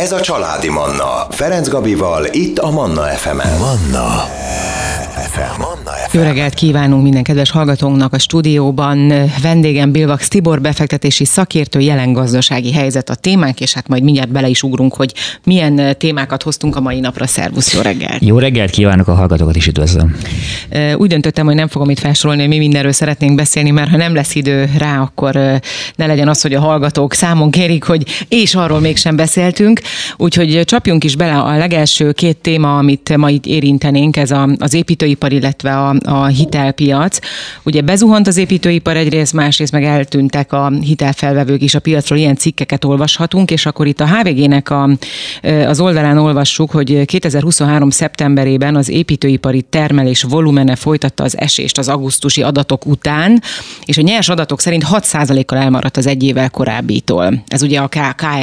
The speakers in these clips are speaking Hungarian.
Ez a Családi Manna. Ferenc Gabival, itt a Manna FM-en. Manna FM. Jó reggelt kívánunk minden kedves hallgatónknak a stúdióban. Vendégem Bilvax Tibor, befektetési szakértő, jelen gazdasági helyzet a témánk, és hát majd mindjárt bele is ugrunk, hogy milyen témákat hoztunk a mai napra. Szervusz, jó reggelt! Jó reggelt kívánok, a hallgatókat is üdvözlöm. Úgy döntöttem, hogy nem fogom itt felsorolni, hogy mi mindenről szeretnénk beszélni, mert ha nem lesz idő rá, akkor ne legyen az, hogy a hallgatók számon kérik, hogy és arról mégsem beszéltünk. Úgyhogy csapjunk is bele a legelső két téma, amit ma itt érintenénk, ez az építőipar, illetve a hitelpiac. Ugye bezuhant az építőipar egyrészt, másrészt meg eltűntek a hitelfelvevők is a piacról, ilyen cikkeket olvashatunk, és akkor itt a HVG-nek az oldalán olvassuk, hogy 2023. szeptemberében az építőipari termelés volumene folytatta az esést az augusztusi adatok után, és a nyers adatok szerint 6%-kal elmaradt az egy évvel korábbitól. Ez ugye a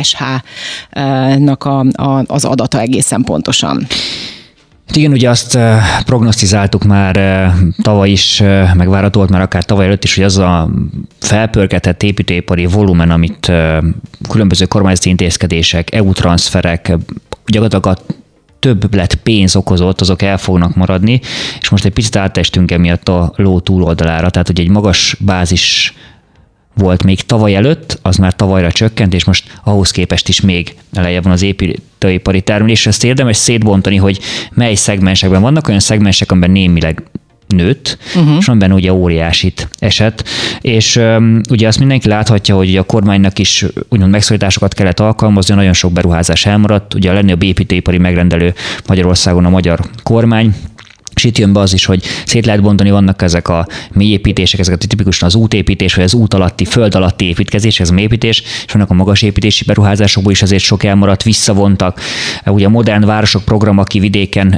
KSH-nak az adata egészen pontosan. Igen, ugye azt prognosztizáltuk már tavaly is, meg várható volt már akár tavaly előtt is, hogy az a felpörgetett építőipari volumen, amit különböző kormányzati intézkedések, EU transferek, gyakorlatilag a többlet pénz okozott, azok el fognak maradni, és most egy picit áttestünk emiatt a ló túloldalára, tehát hogy egy magas bázis volt még tavaly előtt, az már tavalyra csökkent, és most ahhoz képest is még elejebb van az építőipari termelés. Ezt érdemes szétbontani, hogy mely szegmensekben vannak olyan szegmensek, amiben némileg nőtt, és van benne ugye óriásit esett, és ugye azt mindenki láthatja, hogy a kormánynak is úgymond megszorításokat kellett alkalmazni, nagyon sok beruházás elmaradt, ugye a legnagyobb építőipari megrendelő Magyarországon a magyar kormány, és itt jön be az is, hogy szét lehet bontani, vannak ezek a mélyépítések, ezek tipikusan az útépítés, vagy az út alatti, föld alatti építkezés, ez a mélyépítés, és vannak a magas építési beruházásokból is azért sok elmaradt, visszavontak. Ugye a modern városok program, aki vidéken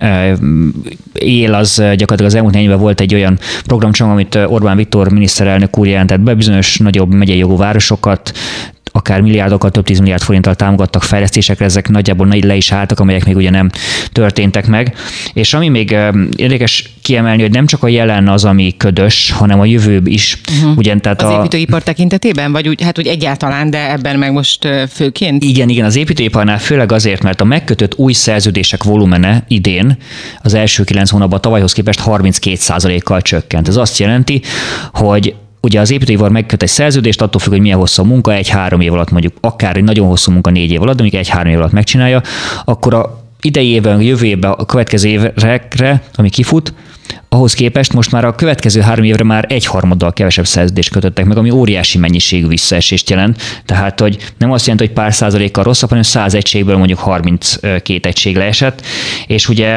él, az gyakorlatilag az elmúlt 4 évben volt egy olyan programcsomag, amit Orbán Viktor miniszterelnök úr jelentett be, bizonyos nagyobb megyei jogú városokat, akár milliárdokkal, több 10 milliárd forinttal támogattak fejlesztésekre, ezek nagyjából le is álltak, amelyek még ugye nem történtek meg. És ami még érdekes kiemelni, hogy nem csak a jelen az, ami ködös, hanem a jövő is. Ugyan, tehát az építőipar tekintetében? Vagy úgy, hát úgy egyáltalán, de ebben meg most főként? Igen, az építőiparnál főleg azért, mert a megkötött új szerződések volumene idén az első 9 hónapban tavalyhoz képest 32%-kal csökkent. Ez azt jelenti, hogy ugye az építőipar megköt egy szerződést, attól függ, hogy milyen hosszú a munka, 1-3 év alatt mondjuk, akár egy nagyon hosszú munka 4 év alatt, de mondjuk 1-3 év alatt megcsinálja, akkor a idei évben, a jövő évben, a következő évekre, ami kifut, ahhoz képest most már a következő 3 évre már 1/3 kevesebb szerződést kötöttek meg, ami óriási mennyiségű visszaesést jelent. Tehát, hogy nem azt jelenti, hogy pár százalékkal rosszabb, hanem 100 egységből mondjuk 32 egység leesett, és ugye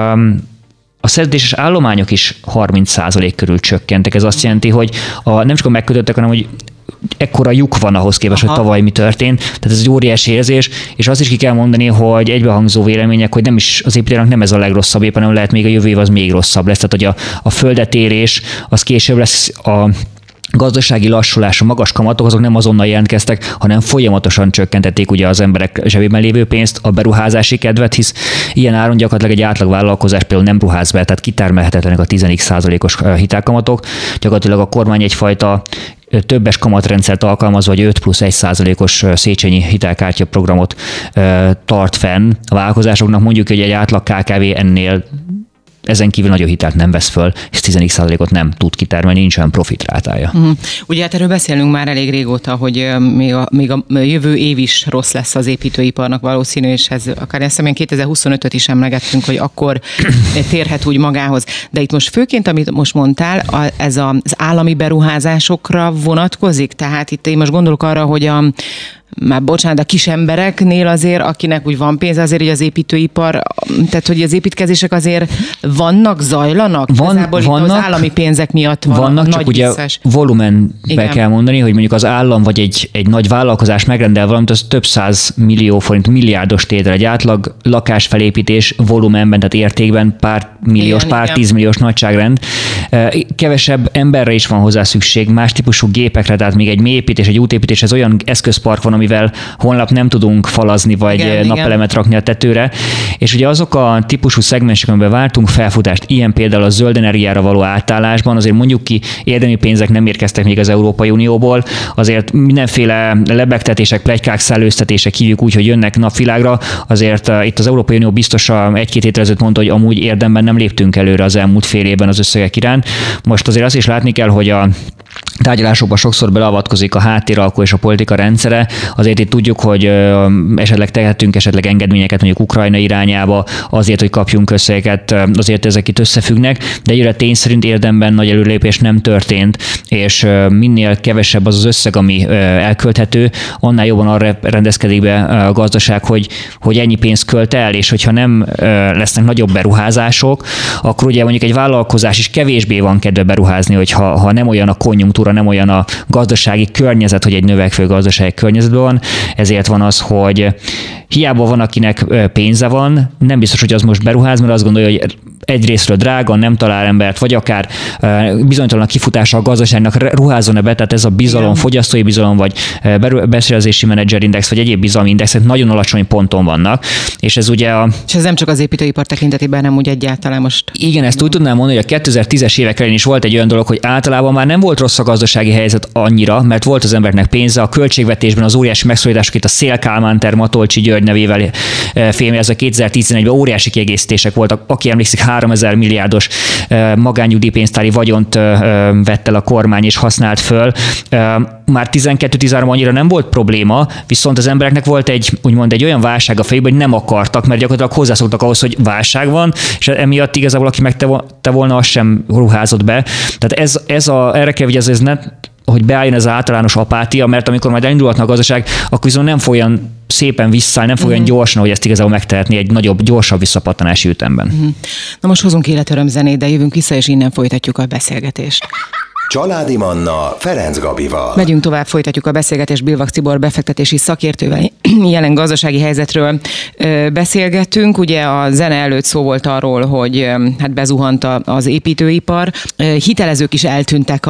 a szerződéses állományok is 30% körül csökkentek. Ez azt jelenti, hogy nem csak a megkötöttek, hanem hogy ekkora lyuk van ahhoz képest, hogy tavaly mi történt. Tehát ez egy óriási érzés, és azt is ki kell mondani, hogy egybehangzó vélemények, hogy nem is az építőiparnak nem ez a legrosszabb épp, hanem lehet még a jövő év az még rosszabb lesz. Tehát, hogy a földetérés az később lesz, a gazdasági lassulás, a magas kamatok, azok nem azonnal jelentkeztek, hanem folyamatosan csökkentették ugye az emberek zsebében lévő pénzt, a beruházási kedvet, hisz ilyen áron gyakorlatilag egy átlagvállalkozás például nem ruház be, tehát kitermelhetetlenek a 10%-os hitelkamatok. Gyakorlatilag a kormány egyfajta többes kamatrendszert alkalmaz, vagy 5+1%-os Széchenyi hitelkártya programot tart fenn a vállalkozásoknak. Mondjuk, hogy egy átlag KKV ennél ezen kívül nagyon hitelt nem vesz föl, és 10%-ot nem tud kitermelni, nincs olyan profitrátája. Ugye hát erről beszélünk már elég régóta, hogy még a jövő év is rossz lesz az építőiparnak valószínű, és ez akár ezt 2025-öt is emlegettünk, hogy akkor térhet úgy magához. De itt most főként, amit most mondtál, ez az állami beruházásokra vonatkozik? Tehát itt én most gondolok arra, hogy már bocsánat, a kis embereknél azért, akinek úgy van pénz, azért hogy az építőipar, tehát hogy az építkezések azért zajlanak? Vannak, az állami pénzek miatt vannak, csak ugye volumenbe kell mondani, hogy mondjuk az állam vagy egy nagy vállalkozás megrendel valamit, az több 100 millió forint, milliárdos tétel, egy átlag lakásfelépítés volumenben, tehát értékben pár milliós, pár 10 milliós nagyságrend. Kevesebb emberre is van hozzá szükség, más típusú gépekre, tehát még egy mélyépítés, egy útépítés, ez olyan eszközpark van, amivel holnap nem tudunk falazni, vagy napelemet rakni a tetőre, És ugye azok a típusú szegmensek, amiben vártunk felfutást, ilyen például a zöld energiára való átállásban, azért mondjuk ki, érdemi pénzek nem érkeztek még az Európai Unióból, azért mindenféle lebegtetések, pletykák, szellőztetések, hívjuk úgy, hogy jönnek napvilágra, azért itt az Európai Unió biztosan egy-két héttel ezelőtt mondta, hogy amúgy érdemben nem léptünk előre az elmúlt fél évben az összegek iránt. Most azért azt is látni kell, hogy a tárgyalásokban sokszor beleavatkozik a háttéralkó és a politika rendszere. Azért itt tudjuk, hogy esetleg tehetünk engedményeket mondjuk Ukrajna irányába, azért, hogy kapjunk összegeket, azért ezek itt összefüggnek, de egyre tény szerint érdemben nagy előlépés nem történt, és minél kevesebb az összeg, ami elkölthető, annál jobban arra rendezkedik be a gazdaság, hogy ennyi pénzt költ el, és hogyha nem lesznek nagyobb beruházások, akkor ugye mondjuk egy vállalkozás is kevésbé van kedve beruházni, hogyha nem olyan a konjunktúra, nem olyan a gazdasági környezet, hogy egy növekvő gazdasági környezetben van, ezért van az, hogy hiába van, akinek pénze van, nem biztos, hogy az most beruház, mert azt gondolja, hogy egyrésztről drága, nem talál embert, vagy akár bizonytalan a kifutása a gazdaságnak ruházzon-e be, tehát ez a bizalom, fogyasztói bizalom, vagy beszerzési menedzserindex, vagy egyéb bizalmi indexek nagyon alacsony ponton vannak, és ez ugye És ez nem csak az építőipar tekintetében, nem úgy egyáltalán most. Igen, ezt úgy tudnám mondani, hogy a 2010-es évek elején is volt egy olyan dolog, hogy általában már nem volt rossz a gazdasági helyzet annyira, mert volt az embernek pénze, a költségvetésben az óriási megszorítások, itt a Széll Kálmán terv, Matolcsy György nevével ez a 2011-ben óriási kiegészítések voltak. Aki emlékszik, 3000 milliárdos magánnyugdíjpénztári vagyont vett el a kormány és használt föl. Már 12-13 annyira nem volt probléma, viszont az embereknek volt egy olyan válság a fejében, hogy nem akartak, mert gyakorlatilag hozzászoktak ahhoz, hogy válság van, és emiatt igazából aki megte volna, az sem ruházott be. Tehát erre kell vigyázni, hogy beálljon ez az általános apátia, mert amikor majd elindulhatna a gazdaság, akkor viszont nem fog olyan szépen vissza, nem fog olyan gyorsan, hogy ezt igazából megtehetni egy nagyobb, gyorsabb visszapattanási ütemben. Na most hozunk életöröm zenét, de jövünk vissza, és innen folytatjuk a beszélgetést. Családi Manna Ferenc Gabival. Megyünk tovább, folytatjuk a beszélgetést Bilvak Tibor befektetési szakértővel. Jelen gazdasági helyzetről beszélgettünk. Ugye a zene előtt szó volt arról, hogy hát bezuhant az építőipar. Hitelezők is eltűntek,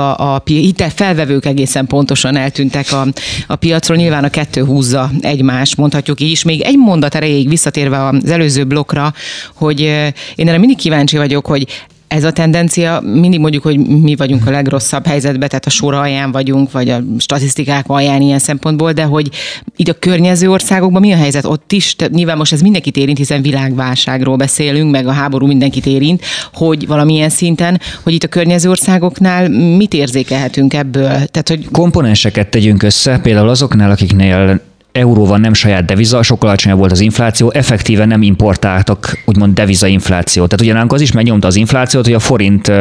felvevők egészen pontosan eltűntek a piacról. Nyilván a kettő húzza egymást, mondhatjuk így is. Még egy mondat erejéig visszatérve az előző blokkra, hogy én erre mindig kíváncsi vagyok, hogy ez a tendencia, mindig mondjuk, hogy mi vagyunk a legrosszabb helyzetben, tehát a sor alján vagyunk, vagy a statisztikák alján ilyen szempontból, de hogy így a környező országokban mi a helyzet? Ott is, nyilván most ez mindenkit érint, hiszen világválságról beszélünk, meg a háború mindenkit érint, hogy valamilyen szinten, hogy itt a környező országoknál mit érzékelhetünk ebből? Tehát, hogy komponenseket tegyünk össze, például azoknál, akiknél euró van, nem saját deviza, sokkal alacsonyabb volt az infláció, effektíven nem importáltak úgymond devizainflációt. Tehát ugyanánk az is megnyomta az inflációt, hogy a forint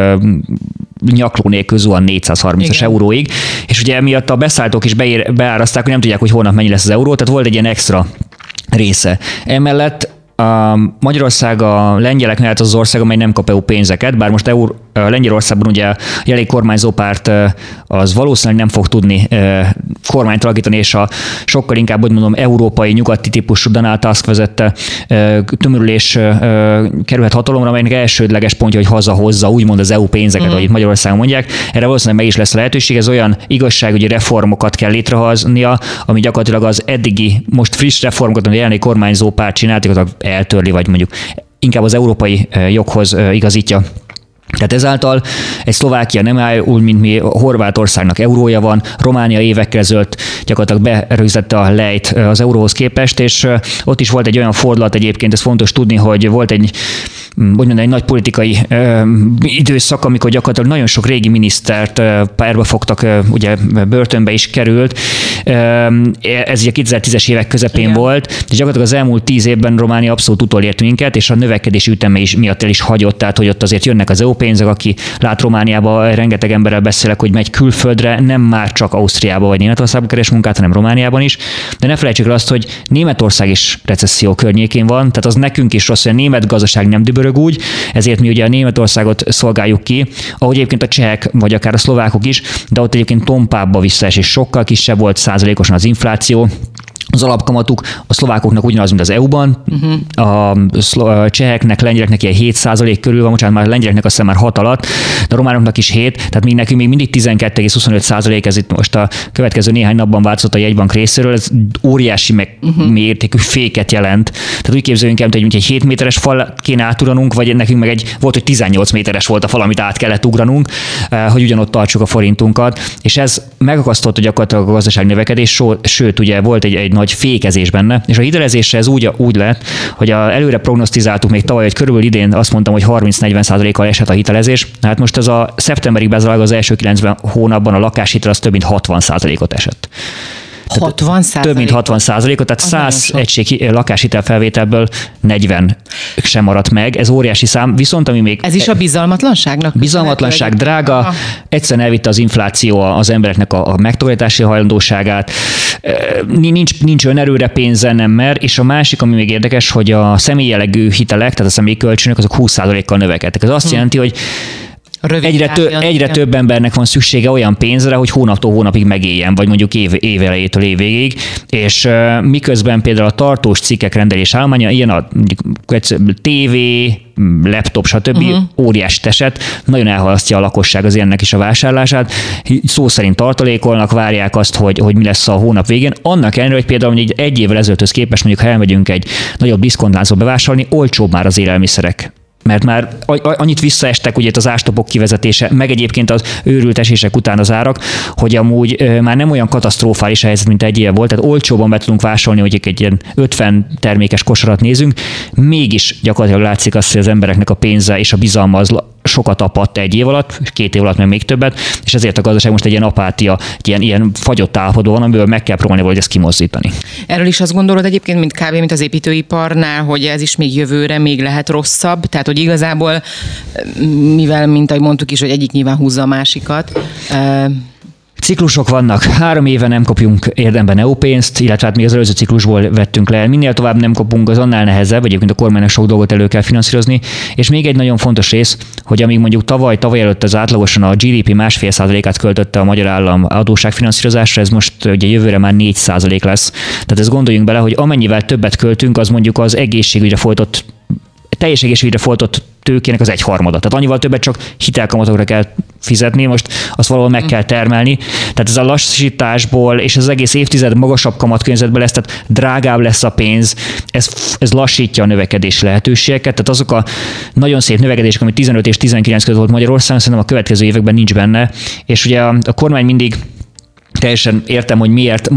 nyakló nélkül zuhan 430-as euróig, és ugye emiatt a beszállítók is beárazták, hogy nem tudják, hogy holnap mennyi lesz az euró, tehát volt egy ilyen extra része. Emellett Magyarország a lengyelek mellett az ország, amely nem kap EU pénzeket, bár most Lengyelországban ugye a jelenlegi kormányzó párt az valószínűleg nem fog tudni kormányt alakítani, és a sokkal inkább, hogy mondom, európai, nyugati típusú Donald Tusk vezette tömörülés kerülhet hatalomra, amelynek elsődleges pontja, hogy hazahozza úgymond az EU pénzeket, ahogy itt Magyarországon mondják. Erre valószínűleg meg is lesz a lehetőség. Ez olyan igazságügyi reformokat kell létrehoznia, ami gyakorlatilag az eddigi, most friss reformokat, amit a jelenlegi kormányzó párt csinált, eltörli, vagy mondjuk inkább az európai joghoz igazítja. Tehát ezáltal egy Szlovákia nem áll úgy, mint mi, Horvátországnak eurója van, Románia évekkel ezelőtt gyakorlatilag berögzítette a lejt az euróhoz képest, és ott is volt egy olyan fordulat egyébként, ez fontos tudni, hogy volt egy nagy politikai időszak, amikor gyakorlatilag nagyon sok régi minisztert párba fogtak, ugye börtönbe is került. Ez ugye 2010-es évek közepén volt, és gyakorlatilag az elmúlt 10 évben Románia abszolút utolért minket, és a növekedési üteme is miatt el is hagyott, tehát hogy ott azért jönnek az EU pénzek, aki lát Romániába, rengeteg emberrel beszélek, hogy megy külföldre, nem már csak Ausztriába vagy Németországban keres munkát, hanem Romániában is. De ne felejtsük el azt, hogy Németország is recesszió környékén van, tehát az nekünk is rossz, hogy a német gazdaság nem dübörög úgy, ezért mi ugye a Németországot szolgáljuk ki, ahogy egyébként a csehek, vagy akár a szlovákok is, de ott egyébként tompábbba visszaesés, sokkal kisebb volt százalékosan az infláció. Az alapkamatuk a szlovákoknak ugyanaz, mint az EU-ban, a cseheknek, lengyeleknek ilyen 7% körül van, bocsánat, már a lengyeleknek azt hiszem már 6 alatt, de a románoknak is 7, tehát nekünk még mindig 12,25%, ez itt most a következő néhány napban változott a jegybank részéről, ez óriási mértékű féket jelent. Tehát úgy képzeljünk el, hogy egy 7 méteres fal kéne átugranunk, vagy nekünk meg volt, hogy 18 méteres volt a fal, amit át kellett ugranunk, hogy ugyanott tartsuk a forintunkat, és ez megakasztotta gyakorlatilag a gazdaság növekedés, sőt, ugye volt egy nagy fékezés benne, és a hitelezésre ez úgy lett, hogy előre prognosztizáltuk még tavaly, hogy körülbelül idén azt mondtam, hogy 30-40%-kal esett a hitelezés. Hát most ez a szeptemberig bezárólag az első 90 hónapban a lakáshitel az több mint 60%-ot esett. 60%? Több mint 60%-ot, tehát 100 egység lakáshitel felvételből 40 sem maradt meg. Ez óriási szám, viszont ami még... Ez is a bizalmatlanságnak? Bizalmatlanság, drága, egyszerűen elvitte az infláció az embereknek a megtakarítási hajlandóságát, nincs önerőre pénze, nem mer, és a másik, ami még érdekes, hogy a személyjellegű hitelek, tehát a személykölcsönök, azok 20%-kal növekedtek. Ez azt jelenti, hogy egyre több embernek van szüksége olyan pénzre, hogy hónaptól hónapig megéljen, vagy mondjuk év elejétől év végéig, és miközben például a tartós cikkek rendelés állománya, ilyen a TV, laptop, stb. Óriási eset, nagyon elhalasztja a lakosság az ilyennek is a vásárlását. Szó szerint tartalékolnak, várják azt, hogy mi lesz a hónap végén. Annak ellenére, hogy például egy évvel ezelőtthöz képest, mondjuk ha elmegyünk egy nagyobb diszkontláncba bevásárolni, olcsóbb már az élelmiszerek. Mert már annyit visszaestek ugye az ástopok kivezetése, meg egyébként az őrült esések után az árak, hogy amúgy már nem olyan katasztrofális helyzet, mint egy éve volt, tehát olcsóban be tudunk vásárolni, hogy egy ilyen 50 termékes kosarat nézünk, mégis gyakorlatilag látszik azt, hogy az embereknek a pénze és a bizalma az sokat apadt egy év alatt, 2 év alatt meg még többet, és ezért a gazdaság most egy ilyen apátia, egy ilyen fagyott állapotban van, amiből meg kell próbálni valahogy ezt kimozdítani. Erről is azt gondolod egyébként, mint az építőiparnál, hogy ez is még jövőre még lehet rosszabb, tehát hogy igazából, mivel, mint ahogy mondtuk is, hogy egyik nyilván húzza a másikat. Ciklusok vannak. 3 éve nem kapjunk érdemben EU pénzt, illetve hát még az előző ciklusból vettünk le. Minél tovább nem kapunk, az annál nehezebb, egyébként a kormánynak sok dolgot elő kell finanszírozni. És még egy nagyon fontos rész, hogy amíg mondjuk tavaly előtt az átlagosan a GDP 1,5%-át költötte a magyar állam adósságfinanszírozásra, ez most ugye jövőre már 4% lesz. Tehát ezt gondoljunk bele, hogy amennyivel többet költünk, az mondjuk az egészségügyre folytott teljes egészségügyre folytott tőkének az 1/3. Tehát annyival többet csak hitelkamatokra kell fizetni, most azt valahol meg kell termelni. Tehát ez a lassításból és az egész évtized magasabb kamatkörnyezetben lesz, tehát drágább lesz a pénz, ez lassítja a növekedési lehetőségeket. Tehát azok a nagyon szép növekedések, ami 15 és 19 között volt Magyarországon, szerintem a következő években nincs benne. És ugye a kormány mindig teljesen értem, hogy miért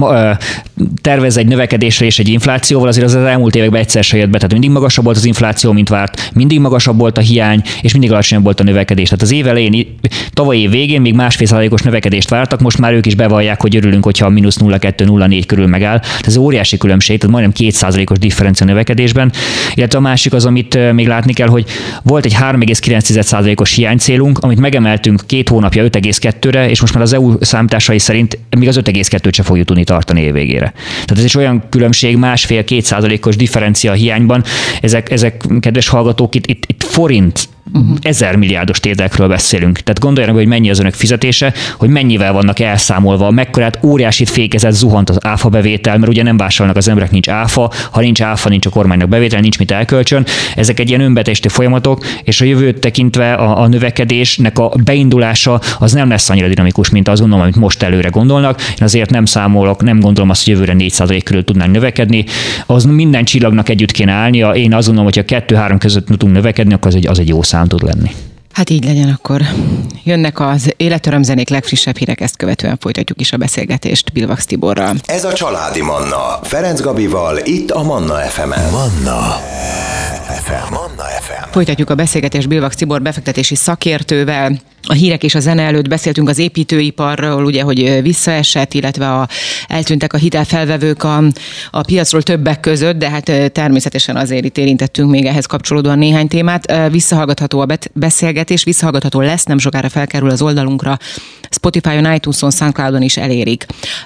tervez egy növekedésre és egy inflációval, azért az elmúlt években egyszer se jött be. Tehát mindig magasabb volt az infláció, mint várt, mindig magasabb volt a hiány, és mindig alacsonyabb volt a növekedés. Tehát az év elején, tavalyi év végén még 1,5%-os növekedést vártak, most már ők is bevallják, hogy örülünk, hogyha a -0,2-0,4 körül megáll. Tehát ez óriási különbség, tehát majdnem 2%-os differencia növekedésben. Illetve a másik az, amit még látni kell, hogy volt egy 3,9%-os hiánycélunk, amit megemeltünk 2 hónapja 5,2-re, és most már az EU számításai szerint még az 5,2-t sem fogjuk tudni tartani év végére. Tehát ez is olyan különbség, 1,5-2%-os differencia hiányban. Ezek kedves hallgatók, itt forint 1000 milliárdos tételekről beszélünk. Tehát gondoljanak, hogy mennyi az önök fizetése, hogy mennyivel vannak elszámolva, mekkorát óriásit fékezett, zuhant az áfa bevétel, mert ugye nem vásárolnak az emberek, nincs áfa, ha nincs áfa, nincs a kormánynak bevétel, nincs mit elkölcsön. Ezek egy ilyen önbetéstő folyamatok, és a jövőt tekintve a növekedésnek a beindulása az nem lesz annyira dinamikus, mint azt gondolom, amit most előre gondolnak. Én azért nem gondolom azt, hogy jövőre 4% körül tudnánk növekedni. Az minden csillagnak együtt kéne állnia. Én azt gondolom, hogy ha 2-3 között tudunk növekedni, akkor az egy jó szám tud lenni. Hát így legyen akkor. Jönnek az életörömzenék legfrissebb hírek, ezt követően folytatjuk is a beszélgetést Bilvax Tiborral. Ez a Családi Manna. Ferenc Gabival, itt a Manna FM-en. Manna FM. Folytatjuk a beszélgetést Bilvax Tibor befektetési szakértővel. A hírek és a zene előtt beszéltünk az építőiparról, ugye, hogy visszaesett, illetve eltűntek a hitelfelvevők a piacról többek között, de hát természetesen azért itt érintettünk még ehhez kapcsolódóan néhány témát. Visszahallgatható a beszélgetés, visszahallgatható lesz, nem sokára felkerül az oldalunkra, Spotify-on, iTunes-on, SoundCloud-on is elérik.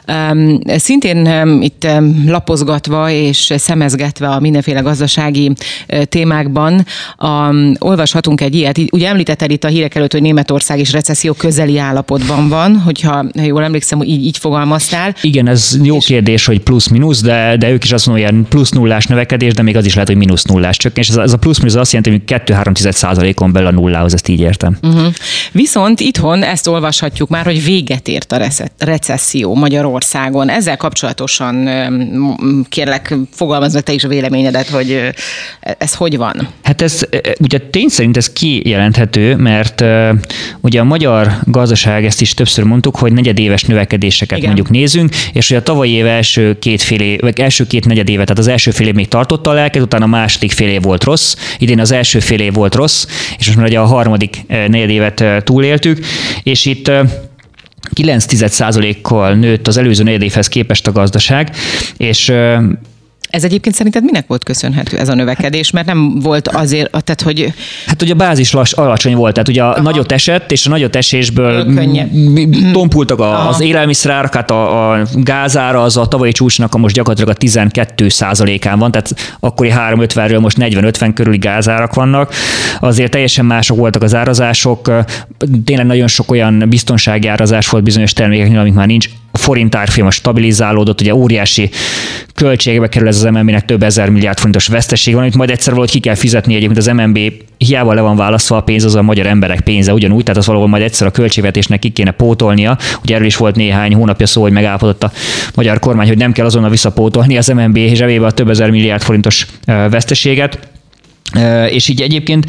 Szintén itt lapozgatva és szemezgetve a mindenféle gazdasági témákban olvashatunk egy ilyet. Ugye említetted itt a hírek előtt, hogy Németország Magyarország is recesszió közeli állapotban van, hogyha jól emlékszem, hogy így fogalmaztál. Igen, ez jó kérdés, hogy plusz-minusz, de ők is azt mondják, hogy plusz nullás növekedés, de még az is lehet, hogy mínusz nullás csökkenés. Ez a plusz-minusz azt jelenti, hogy 2-3%-on belül a nullához, ezt így értem. Viszont itthon ezt olvashatjuk már, hogy véget ért a recesszió Magyarországon. Ezzel kapcsolatosan kérlek, fogalmazd meg te is a véleményedet, hogy ez hogy van? Hát ez ugye tény szerint ez kijelenthető, mert ugye a magyar gazdaság, ezt is többször mondtuk, hogy negyedéves növekedéseket mondjuk nézünk, és hogy a tavalyi év első két negyedéve, tehát az első fél év még tartotta a lelket, utána a második fél év volt rossz, idén az első fél év volt rossz, és most már ugye a harmadik negyedévet túléltük, és itt 9%-kal nőtt az előző negyedévhez képest a gazdaság, és ez egyébként szerinted minek volt köszönhető ez a növekedés? Mert nem volt azért, tehát hogy... Hát ugye a bázis alacsony volt, tehát ugye a nagyot esett, és a nagyot esésből tompultak az élelmiszerárak, hát a gázára az a tavalyi csúcsnak a most gyakorlatilag a 12%-án van, tehát akkori 3,50-ről most 40-50 körüli gázárak vannak. Azért teljesen mások voltak az árazások, tényleg nagyon sok olyan biztonsági árazás volt bizonyos termékeknél, amik már nincs. A forint árfolyama stabilizálódott, ugye óriási költségbe kerül ez az MNB-nek, több ezer milliárd forintos veszteség van, amit majd egyszer valahogy ki kell fizetni egyébként az MNB, hiába le van választva a pénz, az a magyar emberek pénze ugyanúgy, tehát az valahol majd egyszer a költségvetésnek ki kéne pótolnia. Ugye erről is volt néhány hónapja szó, hogy megállapodott a magyar kormány, hogy nem kell azonnal visszapótolni az MNB zsebébe a több ezer milliárd forintos veszteséget. És így egyébként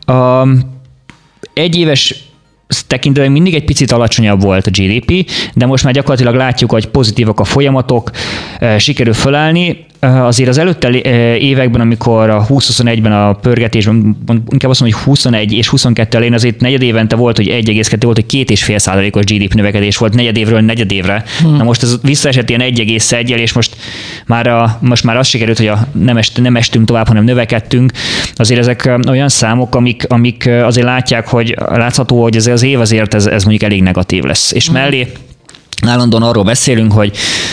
egyéves tekintetben mindig egy picit alacsonyabb volt a GDP, de most már gyakorlatilag látjuk, hogy pozitívak a folyamatok, sikerül fölállni. Azért az előtte években, amikor a 2021-ben a pörgetésben, inkább azt mondom, hogy 21 és 22 elején azért negyedévente volt, hogy 1,2 volt, hogy 2,5%-os GDP növekedés volt negyedévről negyedévre. Na most ez visszaesett ilyen 1,1-jel, és most már az sikerült, hogy nem estünk tovább, hanem növekedtünk. Azért ezek olyan számok, amik azért látható, hogy ez az év azért ez mondjuk elég negatív lesz. És mellé állandóan arról beszélünk, hogy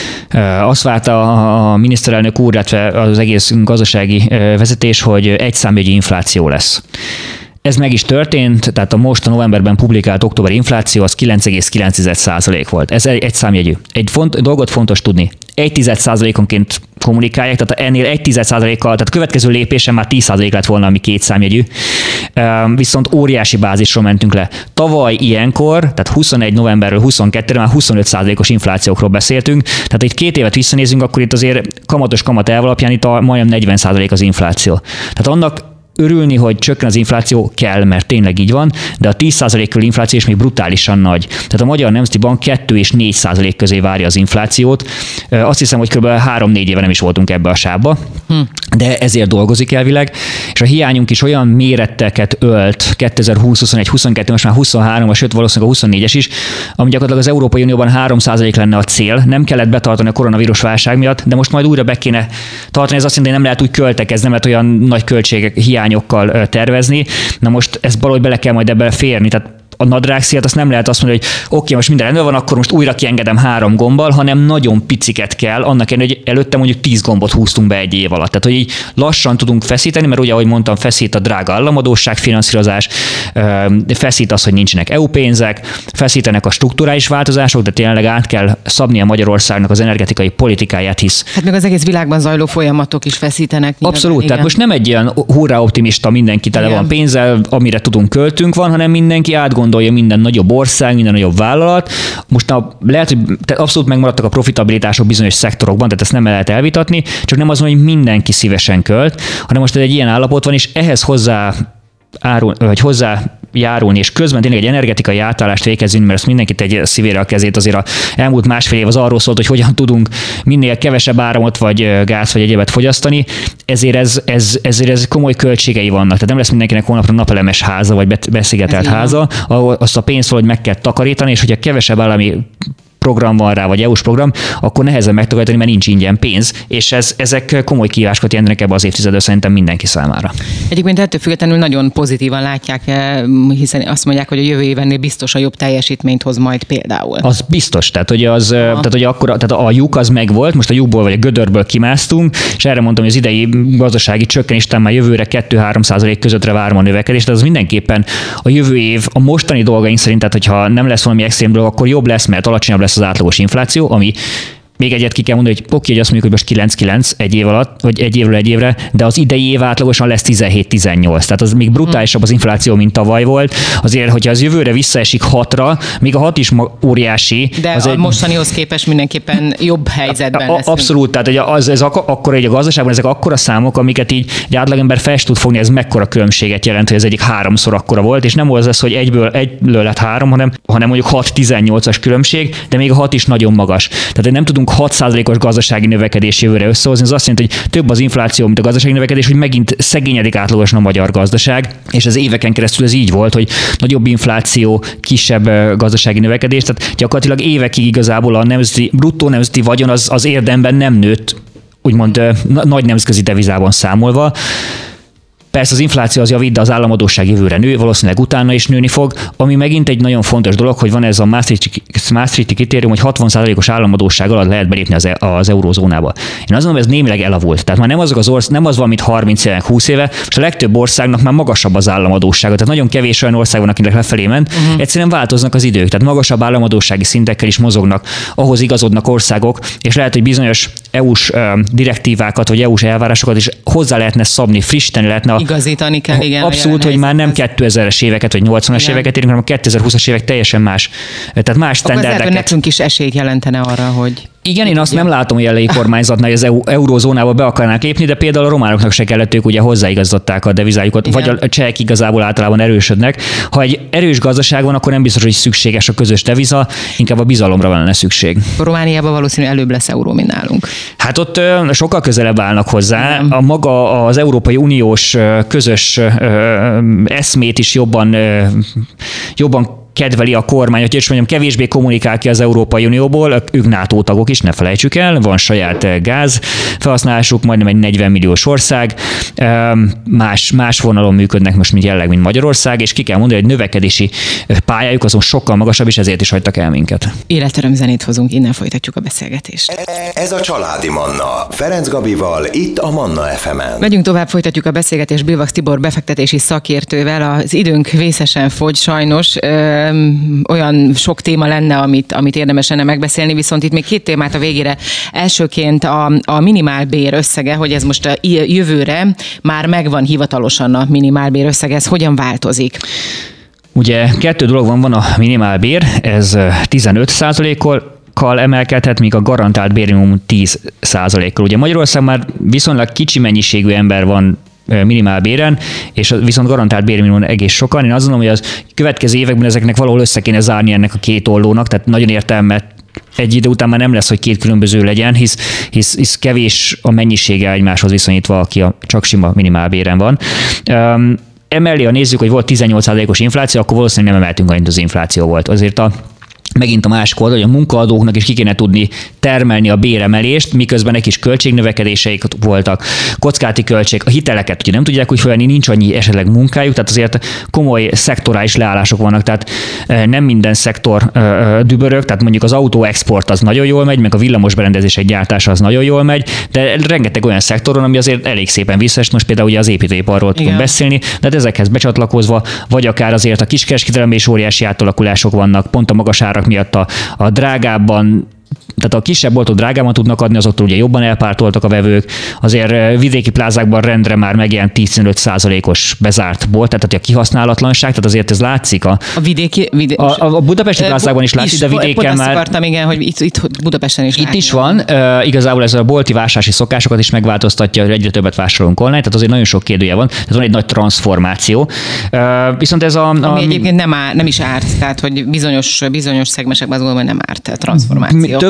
azt várta a miniszterelnök úr, illetve az egész gazdasági vezetés, hogy egy számjegyű infláció lesz. Ez meg is történt, tehát a most a novemberben publikált októberi infláció az 9,9% volt. Ez egy számjegyű. Dolgot fontos tudni. 1,1%-onként kommunikálják, tehát ennél 1,1%-kal, tehát következő lépésen már 10% lett volna, ami két számjegyű. Viszont óriási bázisról mentünk le. Tavaly ilyenkor, tehát 21 novemberről 22-re már 25%-os inflációkról beszéltünk, tehát itt 2 évet visszanézünk, akkor itt azért kamatos kamat elv alapján itt majdnem 40% az infláció. Tehát annak örülni, hogy csökken az infláció kell, mert tényleg így van, de a 10% körül infláció is még brutálisan nagy. Tehát a Magyar Nemzeti Bank 2 és 4% közé várja az inflációt. Azt hiszem, hogy kb. 3-4 éve nem is voltunk ebbe a sávba, de ezért dolgozik elvileg, és a hiányunk is olyan méreteket ölt 2020, 21, 22, most már 23, sőt valószínűleg a 24-es is, ami gyakorlatilag az Európai Unióban 3% lenne a cél. Nem kellett betartani a koronavírus válság miatt, de most majd újra be kéne tartani. Ez azt jelenti, hogy nem lehet úgy költekezni, nem lehet olyan nagy költségek hiányokkal tervezni. Na most ezt valahogy bele kell majd ebbe férni. Tehát a nadrágszíjat azt nem lehet azt mondani, hogy oké, most minden rendben van, akkor most újra kiengedem 3 gombbal, hanem nagyon piciket kell, annak ellenére, hogy előtte mondjuk 10 gombot húztunk be egy év alatt. Tehát, hogy így lassan tudunk feszíteni, mert ugye, ahogy mondtam, feszít a drága államadósság finanszírozás, feszít az, hogy nincsenek EU pénzek, feszítenek a strukturális változások, de tényleg át kell szabnia Magyarországnak az energetikai politikáját, hisz. Hát meg az egész világban zajló folyamatok is feszítenek. Abszolút, igen. Tehát most nem egy ilyen hurrá optimista, mindenki tele van pénzzel, amire tudunk költünk van, hanem mindenki átgondolja, minden nagyobb ország, minden nagyobb vállalat. Most lehet, hogy abszolút megmaradtak a profitabilitások bizonyos szektorokban, tehát ezt nem lehet elvitatni, csak nem az, hogy mindenki szívesen költ, hanem most egy ilyen állapot van, és ehhez hozzájárulni, és közben tényleg egy energetikai átállást végezzünk, mert ezt mindenki tegye szívére a kezét. Azért az elmúlt másfél év az arról szólt, hogy hogyan tudunk minél kevesebb áramot, vagy gáz vagy egyébet fogyasztani, ezért ez komoly költségei vannak. Tehát nem lesz mindenkinek holnapra napelemes háza, vagy beszigetelt háza, ahol azt a pénzt valahogy meg kell takarítani, és hogyha kevesebb állami program van rá, vagy EU-s program, akkor nehezen megtakarítani, mert nincs ingyen pénz, és ezek komoly kihívásokat jelentenek ebbe az évtizedben szerintem mindenki számára. Egyébként ettől függetlenül nagyon pozitívan látják, hiszen azt mondják, hogy a jövő évennél biztos a jobb teljesítményt hoz majd például. Az biztos, tehát hogy a lyuk az megvolt, most a lyukból vagy a gödörből kimásztunk, és erre mondtam, hogy az idei gazdasági csökkenés már jövőre 2-3% közöttre várom a növekedést, tehát az mindenképpen a jövő év a mostani dolgaink szerint, tehát hogyha nem lesz valami extrém dolog, akkor jobb lesz, mert alacsonyabb lesz az átlagos infláció, ami még egyet ki kell mondani, hogy oké, hogy azt mondjuk, hogy most 9-9 egy év alatt, vagy egy évről egy évre, de az idei év átlagosan lesz 17-18. Tehát az még brutálisabb az infláció, mint tavaly volt. Azért, hogyha az jövőre visszaesik 6-ra, még a 6 is óriási. De a mostanihoz képest mindenképpen jobb helyzetben leszünk. Abszolút, tehát akkor egy a gazdaságban ezek akkora számok, amiket így egy átlagember fel is tud fogni, ez mekkora különbséget jelent, hogy ez egyik 3-szor akkora volt, és nem az lesz, hogy egyből lett 3, hanem mondjuk 6-18-as különbség, de még a 6 is nagyon magas. Tehát nem tudunk 6%-os gazdasági növekedés jövőre összehozni. Ez azt jelenti, hogy több az infláció, mint a gazdasági növekedés, hogy megint szegényedik átlagosan a magyar gazdaság, és az éveken keresztül ez így volt, hogy nagyobb infláció, kisebb gazdasági növekedés, tehát gyakorlatilag évekig igazából a bruttó nemzeti vagyon az érdemben nem nőtt, úgymond nagy nemzetközi devizában számolva. Persze az infláció az javít, de az államadósság jövőre nő, valószínűleg utána is nőni fog, ami megint egy nagyon fontos dolog, hogy van ez a Maastrichti kritérium, hogy 60%-os államadósság alatt lehet belépni az eurózónába. Én azt mondom, ez némileg elavult. Tehát már nem az van, mint 30 éve, 20 éve, és a legtöbb országnak már magasabb az államadóssága. Tehát nagyon kevés olyan ország van, akinek lefelé ment. Egyszerűen változnak az idők. Tehát magasabb államadóssági szintekkel is mozognak, ahhoz igazodnak országok, és lehet, hogy bizonyos EU-s direktívákat vagy EU-s elvárásokat is hozzá lehetne szabni, frissíteni lehetne. Igazítani kell, igen. Abszolút, hogy már nem 2000-es éveket vagy 80-as éveket érünk, hanem a 2020-as évek teljesen más. Tehát más sztenderdeket. Nekünk is esélyt jelentene arra, hogy... Igen, én azt nem látom, hogy jelenlegi kormányzatnál, hogy az eurózónába be akarnák lépni, de például a románoknak se kellett, ők ugye hozzáigazodták a devizájukat, igen. Vagy a csehek igazából általában erősödnek. Ha egy erős gazdaság van, akkor nem biztos, hogy szükséges a közös deviza, inkább a bizalomra lenne szükség. Romániában valószínűleg előbb lesz euró, mint nálunk. Hát ott sokkal közelebb állnak hozzá. Igen. A maga az Európai Uniós közös eszmét is jobban kedveli a kormány, hogy is mondjam, kevésbé kommunikál ki az Európai Unióból, ők NATO tagok is, ne felejtsük el, van saját gáz felhasználásuk, majdnem egy 40 milliós ország, más vonalon működnek most, mint jelleg, mint Magyarország, és ki kell mondani, hogy növekedési pályájuk azon sokkal magasabb, és ezért is hagytak el minket. Életöröm zenét hozunk, innen folytatjuk a beszélgetést. Ez a Családi Manna, Ferenc Gabival, itt a Manna FM-en. Megyünk tovább, folytatjuk a beszélgetést Bilvax Tibor befektetési szakértővel. Az időnk vészesen fogy sajnos, olyan sok téma lenne, amit érdemes lenne megbeszélni, viszont itt még 2 témát a végére. Elsőként a minimálbér összege, hogy ez most a jövőre már megvan hivatalosan a minimálbér összege, ez hogyan változik? Ugye 2 dolog van a minimálbér, ez 15%-kal emelkedhet, míg a garantált bérminimum 10%-kal. Ugye Magyarország már viszonylag kicsi mennyiségű ember van minimálbéren, és viszont garantált bérminimum egész sokan. Én azt gondolom, hogy az következő években ezeknek valahol össze kéne zárni ennek a 2 oldónak, tehát nagyon értelmet egy idő után már nem lesz, hogy 2 különböző legyen, hisz kevés a mennyisége egymáshoz viszonyítva, aki csak sima minimálbéren van. Emellé, ha nézzük, hogy volt 18%-os infláció, akkor valószínűleg nem emeltünk annyit, az infláció volt. Azért megint a másik oldal, hogy a munkaadóknak is ki kéne tudni termelni a béremelést, miközben egy kis költségnövekedéseik voltak, kockázati költség, a hiteleket ugye nem tudják úgy felvenni, nincs annyi esetleg munkájuk, tehát azért komoly szektorális leállások vannak, tehát nem minden szektor dübörög, tehát mondjuk az autóexport az nagyon jól megy, meg a villamosberendezések gyártása az nagyon jól megy, de rengeteg olyan szektoron, ami azért elég szépen visszaesett, most például ugye az építőiparról tudunk beszélni, de ezekhez becsatlakozva, vagy akár azért a kiskereskedelemben is óriási átalakulások vannak, pont a magas árak miatt a drágábban, tehát a kisebb boltok drágában tudnak adni, azoktól ugye jobban elpártoltak a vevők, azért vidéki plázákban rendre már megjelent 15%-os bezárt bolt, tehát a kihasználatlanság, tehát azért ez látszik. A budapesti plázákban is látszik, de vidéken már... Akartam, igen, hogy itt Budapesten is itt is van. Igazából ez a bolti vásárlási szokásokat is megváltoztatja, hogy egyre többet vásárolunk online, tehát azért nagyon sok kérdője van, tehát van egy nagy transformáció. Viszont ez ami egyébként nem is árt, tehát hogy bizonyos szegmensekben azt gondolom, hogy nem árt transformáció.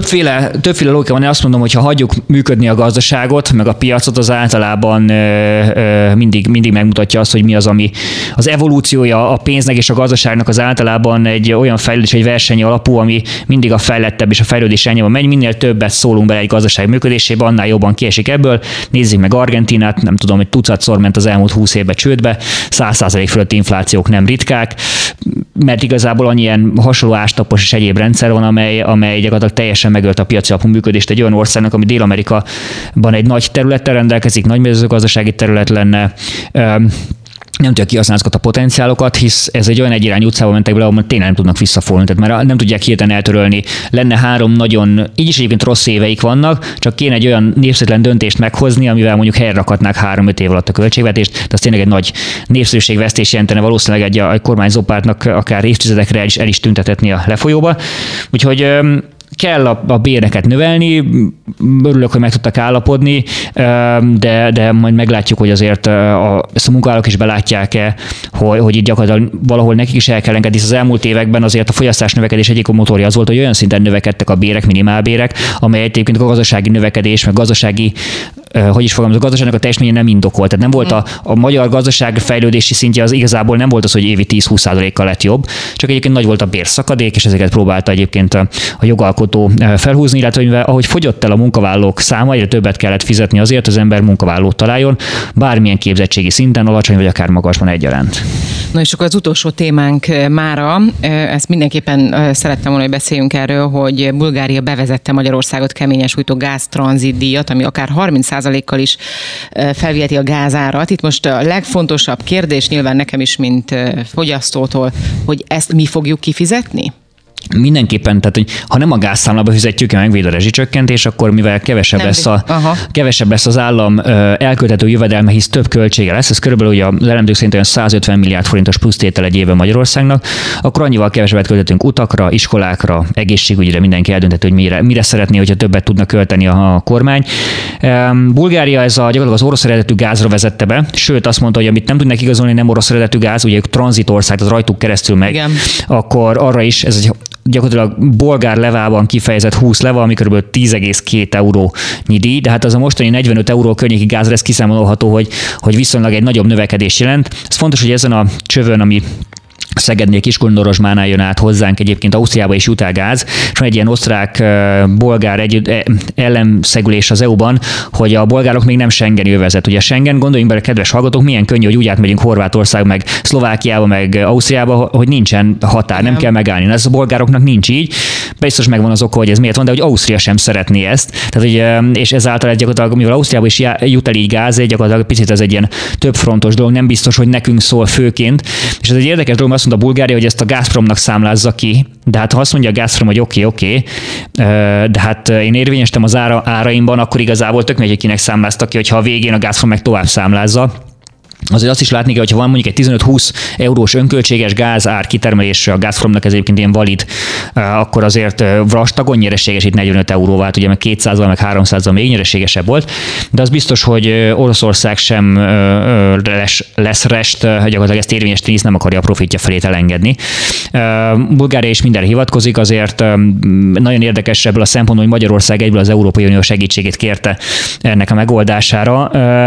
többféle logika van, én azt mondom, hogy ha hagyjuk működni a gazdaságot, meg a piacot, az általában mindig megmutatja azt, hogy mi az, ami az evolúciója a pénznek és a gazdaságnak az általában egy olyan fejlődés, egy verseny alapú, ami mindig a fejlettebb és a fejlődés irányába megy. Minél többet szólunk bele egy gazdaság működésébe, annál jobban kiesik ebből. Nézzük meg Argentinát, nem tudom, hogy tucatszor ment az elmúlt 20 évben csődbe, 100% fölötti inflációk nem ritkák, mert igazából annyi hasonló ástapos és egyéb rendszer van, amely gyakorlatilag teljesen megölt a piaci alapú működést egy olyan országnak, ami Dél-Amerikában egy nagy területtel rendelkezik, nagy mezőgazdasági terület lenne, nem tudják kihasználni azokat a potenciálokat, hisz ez egy olyan egyirányú utcába mentek bele, ahol tényleg nem tudnak visszafordulni, tehát már nem tudják hirtelen eltörölni. Lenne 3 nagyon, így is egyébként rossz éveik vannak, csak kéne egy olyan népszerűtlen döntést meghozni, amivel mondjuk helyre rakhatnák 3-5 év alatt a költségvetést, tehát az tényleg egy nagy népszerűségvesztés jelentene, valószínűleg egy kormányzó pártnak akár évtizedekre el is tüntetetni a lefolyóba. Úgyhogy kell a béreket növelni, örülök, hogy meg tudtak állapodni, de majd meglátjuk, hogy azért ezt a munkavállalók is belátják-e, hogy itt gyakorlatilag valahol nekik is el kell engedni, hisz az elmúlt években azért a fogyasztás növekedés egyik motorja az volt, hogy olyan szinten növekedtek a bérek, minimálbérek, amely egyébként a gazdasági növekedés, meg gazdasági a gazdaságnak a teljesítménye nem indokolt. Tehát nem volt a magyar gazdaság fejlődési szintje, az igazából nem volt az, hogy évi 10-20%-kal lett jobb, csak egyébként nagy volt a bérszakadék, és ezeket próbálta egyébként a jogalkotó felhúzni, illetve mivel ahogy fogyott el a munkavállalók száma, egyre többet kellett fizetni azért, az ember munkavállalót találjon, bármilyen képzettségi szinten, alacsony vagy akár magasban egyaránt. Na és akkor az utolsó témánk mára, ezt mindenképpen szerettem volna, hogy beszéljünk erről, hogy Bulgária bevezette Magyarországot keményen sújtó gáztranzitdíjat, ami akár 30%-kal is felviheti a gázárat. Itt most a legfontosabb kérdés nyilván nekem is, mint fogyasztótól, hogy ezt mi fogjuk kifizetni? Mindenképpen, tehát hogy ha nem a gázszámlába fizetjük, megvéd a rezsicsökkentés, akkor mivel kevesebb lesz az állam elköltető jövedelme, hisz több költsége lesz, ez körülbelül ugye az elemzők szerint olyan 150 milliárd forintos plusztétel egy évben Magyarországnak, akkor annyival kevesebbet költetünk utakra, iskolákra, egészségügyre, mindenki eldönthető, hogy mire szeretné, hogyha többet tudna költeni a kormány. Bulgária gyakorlatilag az orosz eredetű gázra vezette be, sőt azt mondta, hogy amit nem tudnak igazolni, nem orosz eredetű gáz, ugye ők tranzitország, az rajtuk keresztül megy, igen. Akkor arra is ez gyakorlatilag bolgár levában kifejezett 20 leva, ami kb. 10,2 eurónyi díj, de hát az a mostani 45 euró környéki gázra ez kiszámolható, hogy viszonylag egy nagyobb növekedés jelent. Ez fontos, hogy ezen a csövön, ami Szegednél Kiskunhaladmánál jön át hozzánk, egyébként Ausztriába is jut el gáz, és van egy ilyen osztrák-bolgár ellenszegülés az EU-ban, hogy a bolgárok még nem Schengeni övezet. Ugye a Schengen, gondoljunk bele, kedves hallgatók, milyen könnyű, hogy úgy átmegyünk Horvátország, meg Szlovákiába, meg Ausztriába, hogy nincsen határ, nem kell megállni. Ez a bolgároknak nincs így. Biztos megvan az oka, hogy ez miért van, de hogy Ausztria sem szeretné ezt. Tehát, hogy, és ezáltal ez gyakorlatilag, mivel Ausztriába is jut el így gáz, gyakorlatilag picit ez egy ilyen többfrontos dolog, nem biztos, hogy nekünk szól főként. És ez egy érdekes dolog, azt mondta Bulgária, hogy ezt a Gazpromnak számlázza ki, de hát ha azt mondja a Gazprom, hogy oké, de hát én érvényesítem az áraimban, akkor igazából tök mindegy, kinek számlázta ki, hogyha a végén a Gazprom meg tovább számlázza. Azért azt is látni kell, hogyha van mondjuk egy 15-20 eurós önköltséges gázár kitermelésre a Gazpromnak, ez egyébként ilyen valid, akkor azért vastagon nyereséges itt 45 euróval, ugye meg 200-al, meg 300-al még nyereségesebb volt, de az biztos, hogy Oroszország sem lesz rest, gyakorlatilag ezt érvényesíteni, hisz nem akarja a profitja felét elengedni. Bulgária is mindenre hivatkozik, azért nagyon érdekes ebből a szempontból, hogy Magyarország egyből az Európai Unió segítségét kérte ennek a megoldására.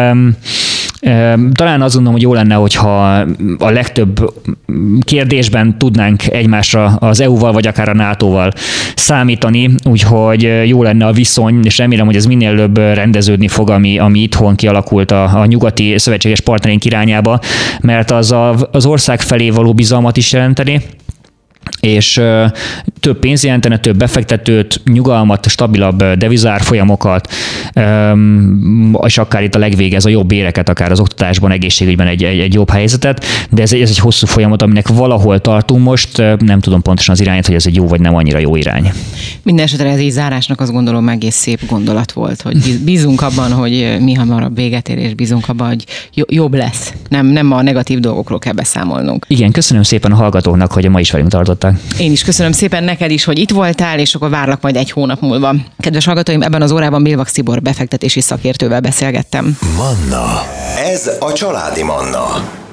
Talán azt gondolom, hogy jó lenne, hogyha a legtöbb kérdésben tudnánk egymásra az EU-val, vagy akár a NATO-val számítani, úgyhogy jó lenne a viszony, és remélem, hogy ez minél előbb rendeződni fog, ami itthon kialakult a nyugati szövetséges partnereink irányába, mert az ország felé való bizalmat is jelenteni, és több pénz jelentene, több befektetőt, nyugalmat, stabilabb devizárfolyamokat, és akár itt a legvége ez a jobb béreket, akár az oktatásban, egészségügyben egy jobb helyzetet, de ez egy hosszú folyamat, aminek valahol tartunk most, nem tudom pontosan az irányát, hogy ez egy jó vagy nem annyira jó irány. Minden esetre ez így zárásnak azt gondolom egész szép gondolat volt, hogy bízunk abban, hogy mi hamarabb véget ér, és bízunk abban, hogy jobb lesz. Nem a negatív dolgokról kell beszámolnunk. Igen, köszönöm szépen a hallgatóknak, hogy ma is velünk tartottak. Én is köszönöm szépen neked is, hogy itt voltál, és akkor várlak majd egy hónap múlva. Kedves hallgatóim, ebben az órában Bélvak Tibor befektetési szakértővel beszélgettem. Manna. Ez a Családi Manna.